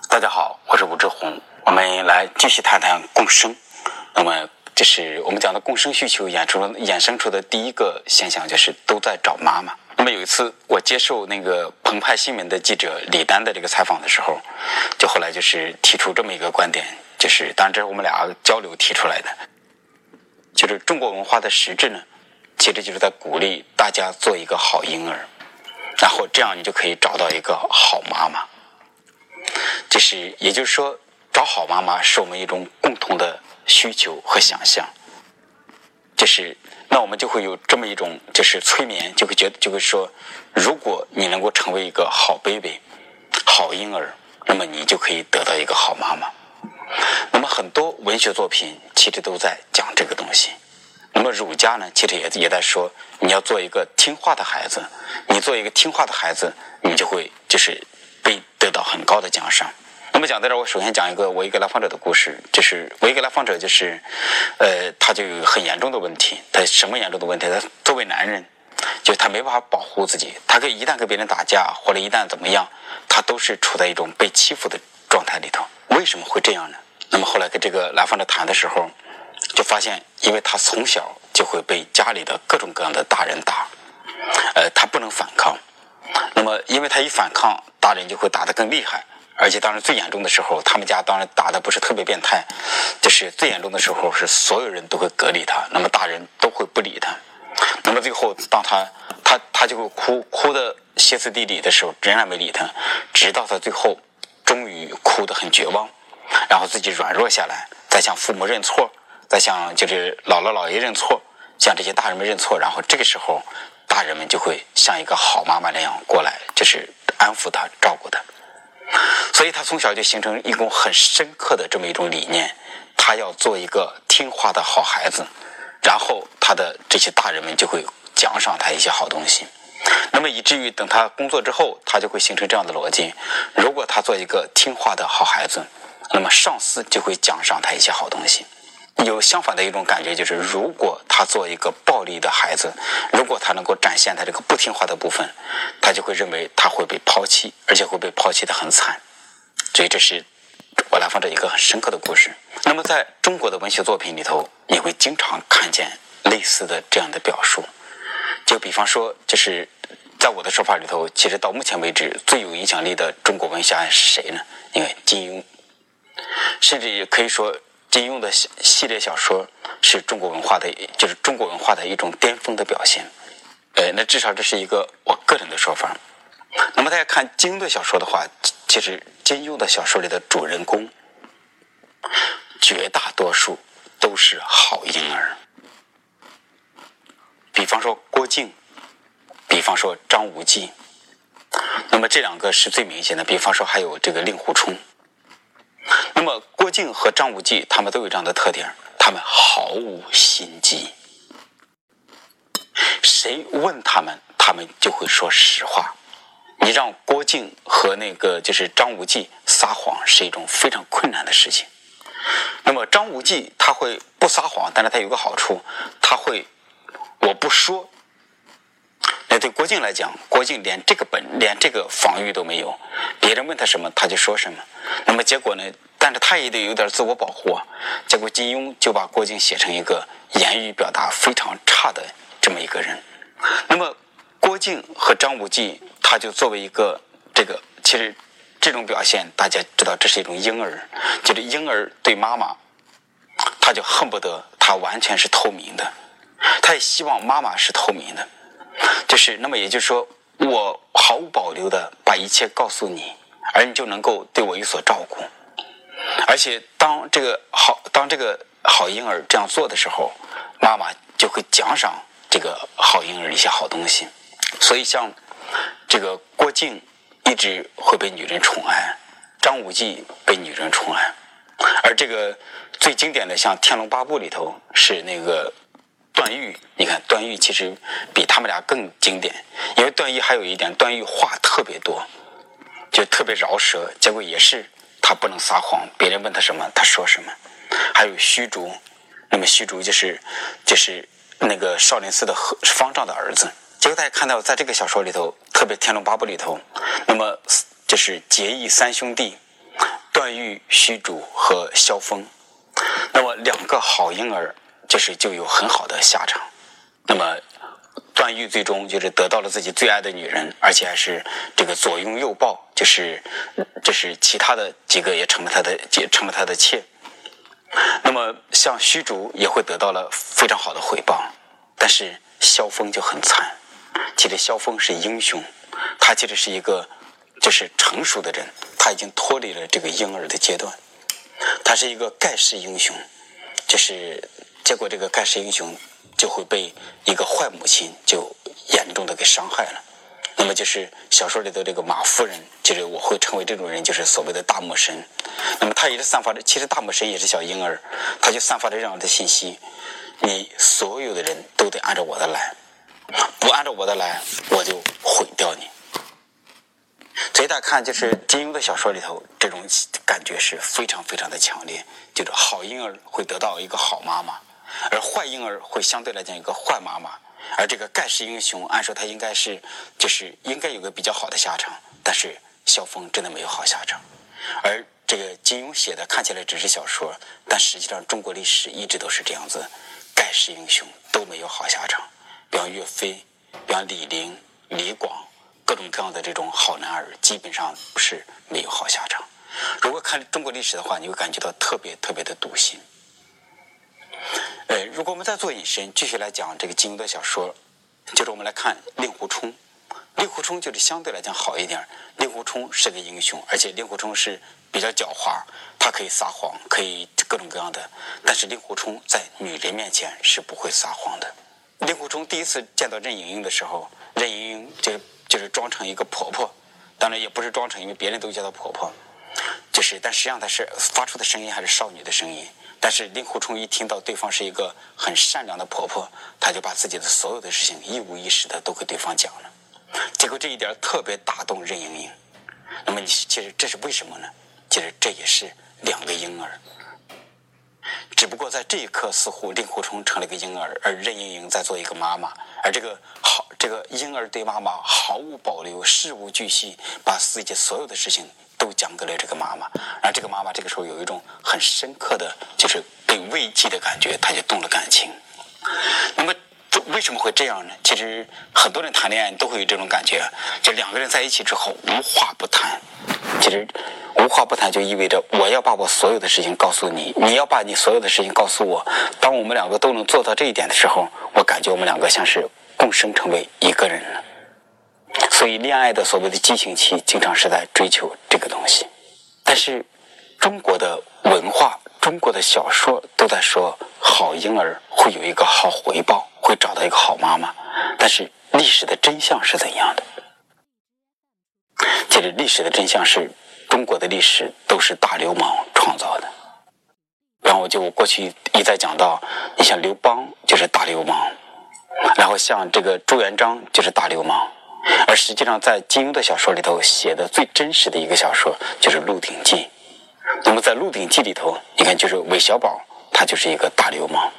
大家好，我是武志红，我们来继续谈谈共生。那么这是我们讲的共生需求衍生出的第一个现象，就是都在找妈妈。那么有一次我接受那个澎湃新闻的记者李丹的这个采访的时候，就后来就是提出这么一个观点，就是当然这是我们俩交流提出来的，就是中国文化的实质呢，其实就是在鼓励大家做一个好婴儿，然后这样你就可以找到一个好妈妈。也就是说，找好妈妈是我们一种共同的需求和想象。那我们就会有这么一种催眠，就会说，如果你能够成为一个好 baby 好婴儿，那么你就可以得到一个好妈妈。那么很多文学作品其实都在讲这个东西。那么儒家呢，其实也在说，你要做一个听话的孩子，你做一个听话的孩子，你就会被得到很高的奖赏。那么讲到这儿，我首先讲我一个来访者的故事。我一个来访者他就有很严重的问题。他什么严重的问题？他作为男人，他没办法保护自己，他一旦跟别人打架或者一旦怎么样，他都是处在一种被欺负的状态里头。为什么会这样呢？那么后来跟这个来访者谈的时候，就发现，因为他从小就会被家里的各种各样的大人打，他不能反抗。那么因为他一反抗，大人就会打得更厉害。而且当然最严重的时候，他们家当然打的不是特别变态，最严重的时候是所有人都会隔离他，那么大人都会不理他。那么最后当他就会哭的歇斯底里的时候，仍然没理他，直到他最后终于哭得很绝望，然后自己软弱下来，再向父母认错，再向姥姥姥爷认错，向这些大人们认错，然后这个时候大人们就会像一个好妈妈那样过来，安抚他，照顾他。所以他从小就形成一种很深刻的这么一种理念，他要做一个听话的好孩子，然后他的这些大人们就会奖赏他一些好东西。那么以至于等他工作之后，他就会形成这样的逻辑，如果他做一个听话的好孩子，那么上司就会奖赏他一些好东西。有相反的一种感觉，如果他做一个暴力的孩子，如果他能够展现他这个不听话的部分，他就会认为他会被抛弃，而且会被抛弃得很惨。所以这是我来访者一个很深刻的故事。那么在中国的文学作品里头，你会经常看见类似的这样的表述。就比方说，在我的说法里头，其实到目前为止最有影响力的中国文学家是谁呢？因为金庸，甚至也可以说金庸的系列小说是中国文化的一种巅峰的表现。那至少这是一个我个人的说法。那么大家看金庸的小说的话，其实金庸的小说里的主人公绝大多数都是好婴儿。比方说郭靖，比方说张无忌，那么这两个是最明显的。比方说还有令狐冲。那么郭靖和张无忌他们都有这样的特点，他们毫无心机，谁问他们就会说实话。你让郭靖和张无忌撒谎是一种非常困难的事情。那么张无忌他会不撒谎，但是他有个好处，他会我不说。那对郭靖来讲，郭靖连这个防御都没有，别人问他什么他就说什么。那么结果呢，但是他也得有点自我保护啊。结果金庸就把郭靖写成一个言语表达非常差的这么一个人。那么郭靖和张无忌，他就作为一个其实这种表现大家知道，这是一种婴儿，婴儿对妈妈，他就恨不得他完全是透明的，他也希望妈妈是透明的。那么也就是说，我毫无保留的把一切告诉你，而你就能够对我有所照顾。而且当这个好婴儿这样做的时候，妈妈就会奖赏这个好婴儿一些好东西。所以像郭靖一直会被女人宠爱，张无忌被女人宠爱。而最经典的像《天龙八部》里头是段誉，你看段誉其实比他们俩更经典，因为段誉还有一点，段誉话特别多，就特别饶舌，结果也是他不能撒谎，别人问他什么他说什么。还有虚竹，那么虚竹就是少林寺的方丈的儿子。结果大家看到在这个小说里头，特别《天龙八部》里头，那么劫义三兄弟， 段誉、虚竹和萧峰。那么2个好婴儿就有很好的下场。那么段誉最终就是得到了自己最爱的女人，而且还是这个左拥右抱，就是其他的几个也成了他的妾。那么像虚竹也会得到了非常好的回报，但是萧峰就很惨。其实萧峰是英雄，他其实是一个成熟的人，他已经脱离了这个婴儿的阶段，他是一个盖世英雄，结果这个盖世英雄就会被一个坏母亲就严重的给伤害了。那么小说里头这个马夫人，我会称为这种人所谓的大魔神。那么他也是散发着，其实大魔神也是小婴儿，他就散发着这样的信息：你所有的人都得按照我的来，不按照我的来，我就毁掉你。所以大家看，金庸的小说里头，这种感觉是非常非常的强烈，好婴儿会得到一个好妈妈，而坏婴儿会相对来讲一个坏妈妈。而这个盖世英雄，按说他应该应该有个比较好的下场，但是萧峰真的没有好下场。而这个金庸写的看起来只是小说，但实际上中国历史一直都是这样子，盖世英雄都没有好下场。比方岳飞，比方李陵、李广，各种各样的这种好男儿，基本上是没有好下场。如果看中国历史的话，你会感觉到特别特别的堵心。如果我们再做引申，继续来讲这个金庸的小说，我们来看令狐冲。令狐冲相对来讲好一点，令狐冲是个英雄，而且令狐冲是比较狡猾，他可以撒谎，可以各种各样的，但是令狐冲在女人面前是不会撒谎的。令狐冲第一次见到任盈盈的时候，任盈盈装成一个婆婆，当然也不是装成，因为别人都叫她婆婆，但实际上她是发出的声音还是少女的声音。但是令狐冲一听到对方是一个很善良的婆婆，他就把自己的所有的事情一五一十的都给对方讲了。结果这一点特别打动任盈盈。那么其实这是为什么呢？其实这也是2个婴儿，只不过在这一刻似乎令狐冲成了一个婴儿，而任盈盈在做一个妈妈，而这个婴儿对妈妈毫无保留，事无巨细，把自己所有的事情都讲给了这个妈妈，然后这个妈妈这个时候有一种很深刻的被慰藉的感觉，她就动了感情。那么为什么会这样呢？其实很多人谈恋爱都会有这种感觉，2个人在一起之后无话不谈。其实无话不谈就意味着我要把我所有的事情告诉你，你要把你所有的事情告诉我。当我们2个都能做到这一点的时候，我感觉我们2个像是共生成为一个人了。所以恋爱的所谓的激情期经常是在追求这个东西。但是中国的文化，中国的小说都在说好婴儿会有一个好回报，会找到一个好妈妈。但是历史的真相是怎样的？其实历史的真相是中国的历史都是大流氓创造的。然后我过去一再讲到，你像刘邦就是大流氓，然后像这个朱元璋就是大流氓。而实际上在金庸的小说里头写的最真实的一个小说就是《鹿鼎记》。那么在《鹿鼎记》里头，你看韦小宝他就是一个大流氓，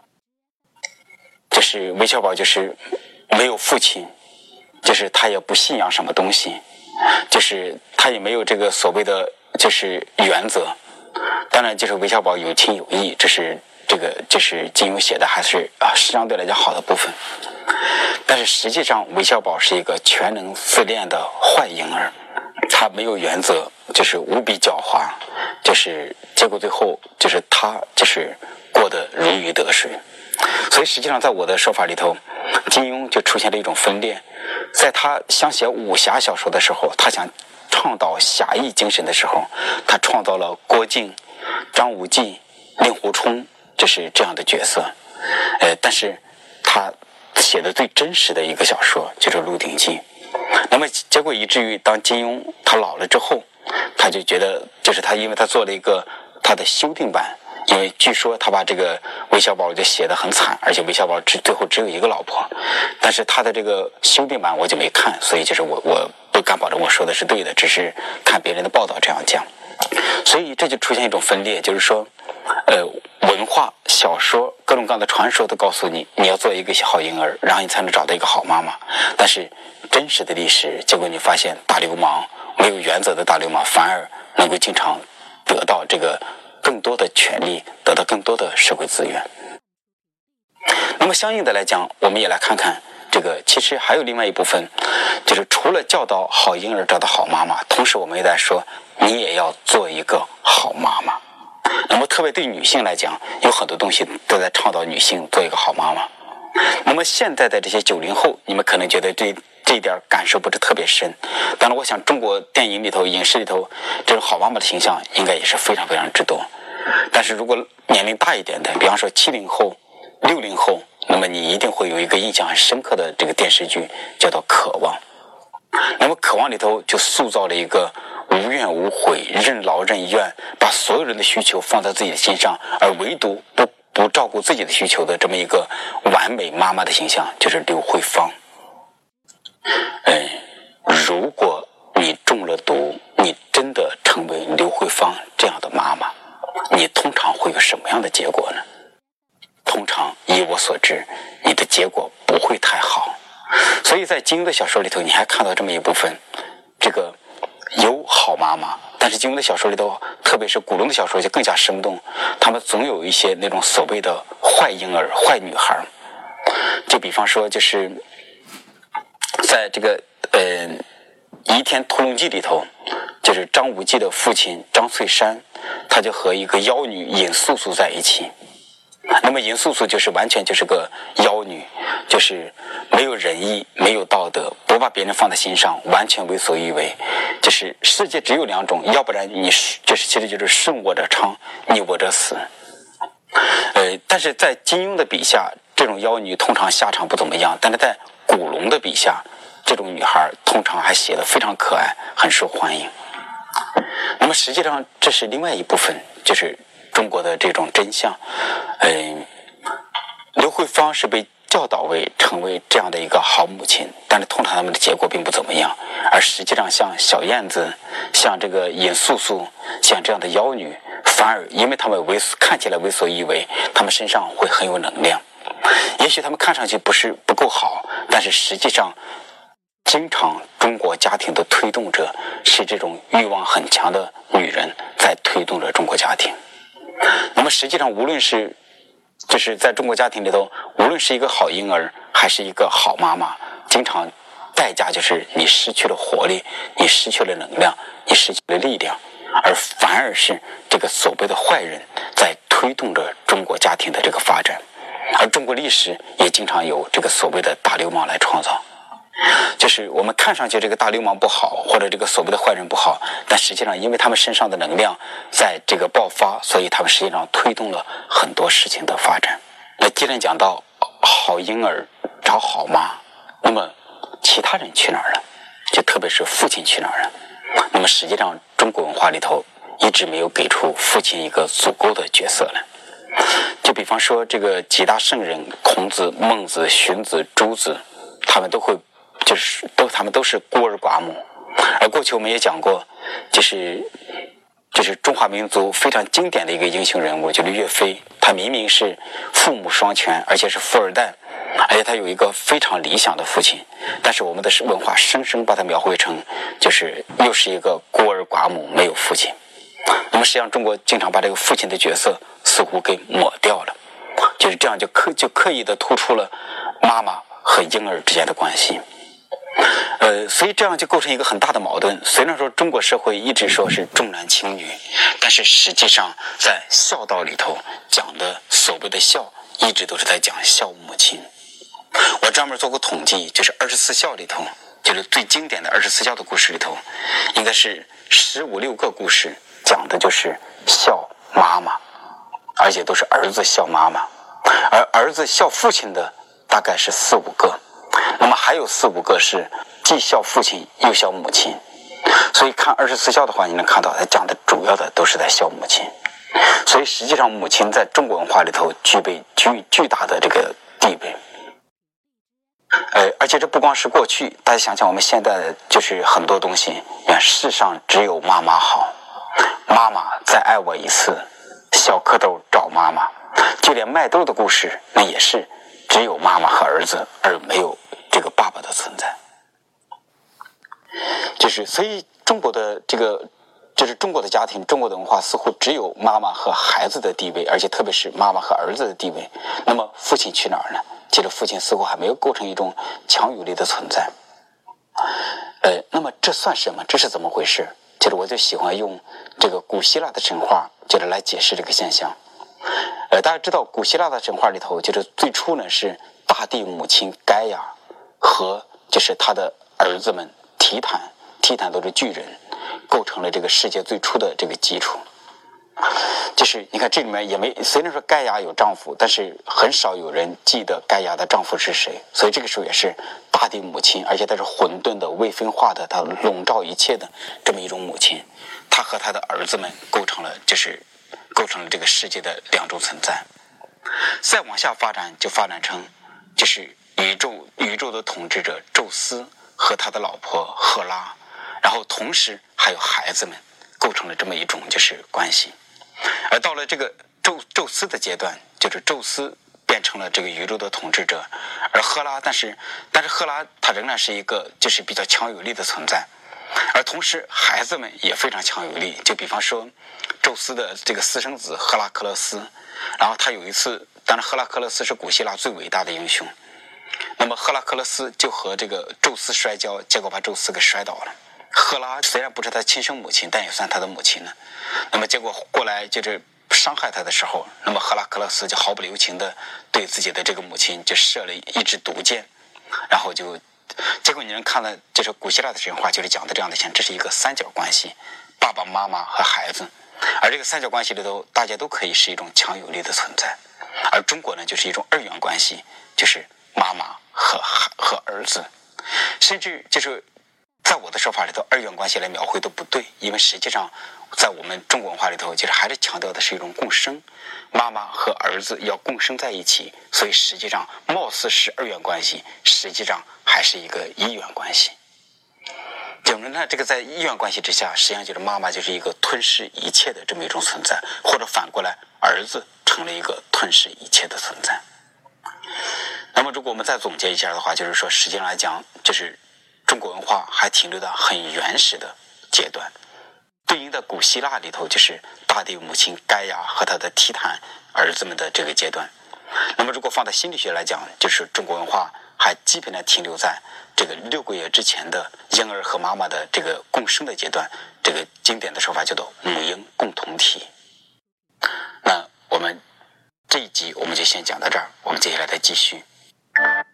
韦小宝没有父亲，他也不信仰什么东西，他也没有这个所谓的原则。当然韦小宝有情有义，这是金庸写的还是相对来讲好的部分。但是实际上韦小宝是一个全能自恋的坏婴儿，他没有原则，无比狡猾，结果最后他过得如鱼得水。所以实际上在我的说法里头，金庸就出现了一种分裂。在他想写武侠小说的时候，他想倡导侠义精神的时候，他创造了郭靖、张无忌、令狐冲这样的角色。但是他写的最真实的一个小说就是《鹿鼎记》。那么结果以至于当金庸他老了之后，他就觉得因为他做了一个他的修订版，因为据说他把这个韦小宝就写得很惨，而且韦小宝最后只有一个老婆。但是他的这个修订版我就没看，所以我不敢保证我说的是对的，只是看别人的报道这样讲。所以这就出现一种分裂，文化、小说、各种各样的传说都告诉你，你要做一个好婴儿，然后你才能找到一个好妈妈。但是真实的历史，结果你发现大流氓，没有原则的大流氓，反而能够经常得到这个更多的权利，得到更多的社会资源。那么相应的来讲，我们也来看看这个，其实还有另外一部分，就是除了教导好婴儿，找到好妈妈，同时我们也在说，你也要做一个好妈妈。那么特别对女性来讲，有很多东西都在倡导女性做一个好妈妈。那么现在的这些90后，你们可能觉得这一点感受不是特别深。当然我想中国电影里头、影视里头这种好妈妈的形象应该也是非常非常之多。但是如果年龄大一点的，比方说70后、60后，那么你一定会有一个印象很深刻的这个电视剧，叫做《渴望》。那么《渴望》里头就塑造了一个无怨无悔、任劳任怨，把所有人的需求放在自己的心上，而唯独不照顾自己的需求的这么一个完美妈妈的形象，就是刘慧芳。如果你中了毒，你真的成为刘慧芳这样的妈妈，你通常会有什么样的结果呢？通常以我所知，你的结果不会太好。所以在金庸的小说里头，你还看到这么一部分，这个有好妈妈，但是金庸的小说里头，特别是古龙的小说就更加生动，他们总有一些那种所谓的坏婴儿、坏女孩。就比方说，就是在这个《倚天屠龙记》里头，就是张无忌的父亲张翠山，他就和一个妖女尹素素在一起。那么尹素素就是完全就是个妖女，就是没有仁义，没有道德，不把别人放在心上，完全为所欲为。就是世界只有两种，要不然你就是其实就是顺我者昌，逆我者死。但是在金庸的笔下，这种妖女通常下场不怎么样，但是在古龙的笔下，这种女孩通常还写得非常可爱，很受欢迎。那么实际上这是另外一部分，就是中国的这种真相。刘慧芳是被教导为成为这样的一个好母亲，但是通常他们的结果并不怎么样。而实际上像小燕子，像这个尹素素，像这样的妖女，反而因为他们看起来为所欲为，他们身上会很有能量。也许他们看上去不够好，但是实际上经常中国家庭的推动者是这种欲望很强的女人在推动着中国家庭。那么实际上无论是就是在中国家庭里头，无论是一个好婴儿还是一个好妈妈，经常代价就是你失去了活力，你失去了能量，你失去了力量，而反而是这个所谓的坏人在推动着中国家庭的这个发展。而中国历史也经常有这个所谓的大流氓来创造，就是我们看上去这个大流氓不好，或者这个所谓的坏人不好，但实际上因为他们身上的能量在这个爆发，所以他们实际上推动了很多事情的发展。那既然讲到好婴儿找好妈，那么其他人去哪儿了？就特别是父亲去哪儿了？那么实际上中国文化里头一直没有给出父亲一个足够的角色来。就比方说这个几大圣人，孔子、孟子、荀子、朱子，他们他们都是孤儿寡母。而过去我们也讲过，就是中华民族非常经典的一个英雄人物，就是岳飞。他明明是父母双全，而且是富二代，而且他有一个非常理想的父亲，但是我们的文化生生把他描绘成就是又是一个孤儿寡母，没有父亲。那么实际上中国经常把这个父亲的角色似乎给抹掉了，就是这样就刻意的突出了妈妈和婴儿之间的关系。所以这样就构成一个很大的矛盾。虽然说中国社会一直说是重男轻女，但是实际上在孝道里头讲的所谓的孝，一直都是在讲孝母亲。我专门做过统计，就是24孝里头，就是最经典的24孝的故事里头，应该是15-16个故事讲的就是孝妈妈，而且都是儿子孝妈妈，而儿子孝父亲的大概是4-5个，那么还有4-5个是既孝父亲又孝母亲。所以看24孝的话，你能看到他讲的主要的都是在孝母亲。所以实际上母亲在中国文化里头具备巨大的这个地位。而且这不光是过去，大家想想我们现在就是很多东西，世上只有妈妈好，妈妈再爱我一次，小蝌蚪找妈妈。就连麦兜的故事，那也是只有妈妈和儿子，而没有这个爸爸的存在。就是所以中国的这个就是中国的家庭，中国的文化似乎只有妈妈和孩子的地位，而且特别是妈妈和儿子的地位。那么父亲去哪儿呢？其实父亲似乎还没有构成一种强有力的存在。那么这算什么？这是怎么回事？其实我就喜欢用这个古希腊的神话，就是来解释这个现象。大家知道古希腊的神话里头，就是最初呢是大地母亲盖亚和就是他的儿子们提坦都是巨人，构成了这个世界最初的这个基础。就是你看这里面也没，虽然说盖亚有丈夫，但是很少有人记得盖亚的丈夫是谁，所以这个时候也是大地母亲，而且她是混沌的、未分化的，她笼罩一切的这么一种母亲。她和她的儿子们构成了这个世界的两种存在。再往下发展，就发展成就是宇宙的统治者宙斯和他的老婆赫拉，然后同时还有孩子们，构成了这么一种就是关系。而到了这个宙斯的阶段，就是宙斯变成了这个宇宙的统治者，而赫拉，但是赫拉她仍然是一个就是比较强有力的存在，而同时孩子们也非常强有力。就比方说宙斯的这个私生子赫拉克勒斯，然后他有一次，当然赫拉克勒斯是古希腊最伟大的英雄，那么赫拉克勒斯就和这个宙斯摔跤，结果把宙斯给摔倒了。赫拉虽然不是他亲生母亲，但也算他的母亲呢。那么结果过来就是伤害他的时候，那么赫拉克勒斯就毫不留情的对自己的这个母亲就射了一支毒箭，然后就结果你能看到，就是古希腊的神话就是讲的这样的，像这是一个三角关系，爸爸妈妈和孩子，而这个三角关系里头大家都可以是一种强有力的存在。而中国呢就是一种二元关系，就是妈妈和儿子，甚至就是在我的说法里头，二元关系来描绘都不对，因为实际上在我们中国文化里头，其实还是强调的是一种共生，妈妈和儿子要共生在一起，所以实际上貌似是二元关系，实际上还是一个一元关系。总之呢，这个在一元关系之下，实际上就是妈妈就是一个吞噬一切的这么一种存在，或者反过来，儿子成了一个吞噬一切的存在。那么如果我们再总结一下的话，就是说实际上来讲，就是中国文化还停留在很原始的阶段，对应的古希腊里头就是大地母亲盖亚和他的提坦儿子们的这个阶段。那么如果放在心理学来讲，就是中国文化还基本上停留在这个6个月之前的婴儿和妈妈的这个共生的阶段，这个经典的说法叫做母婴共同体。那我们这一集我们就先讲到这儿，我们接下来再继续。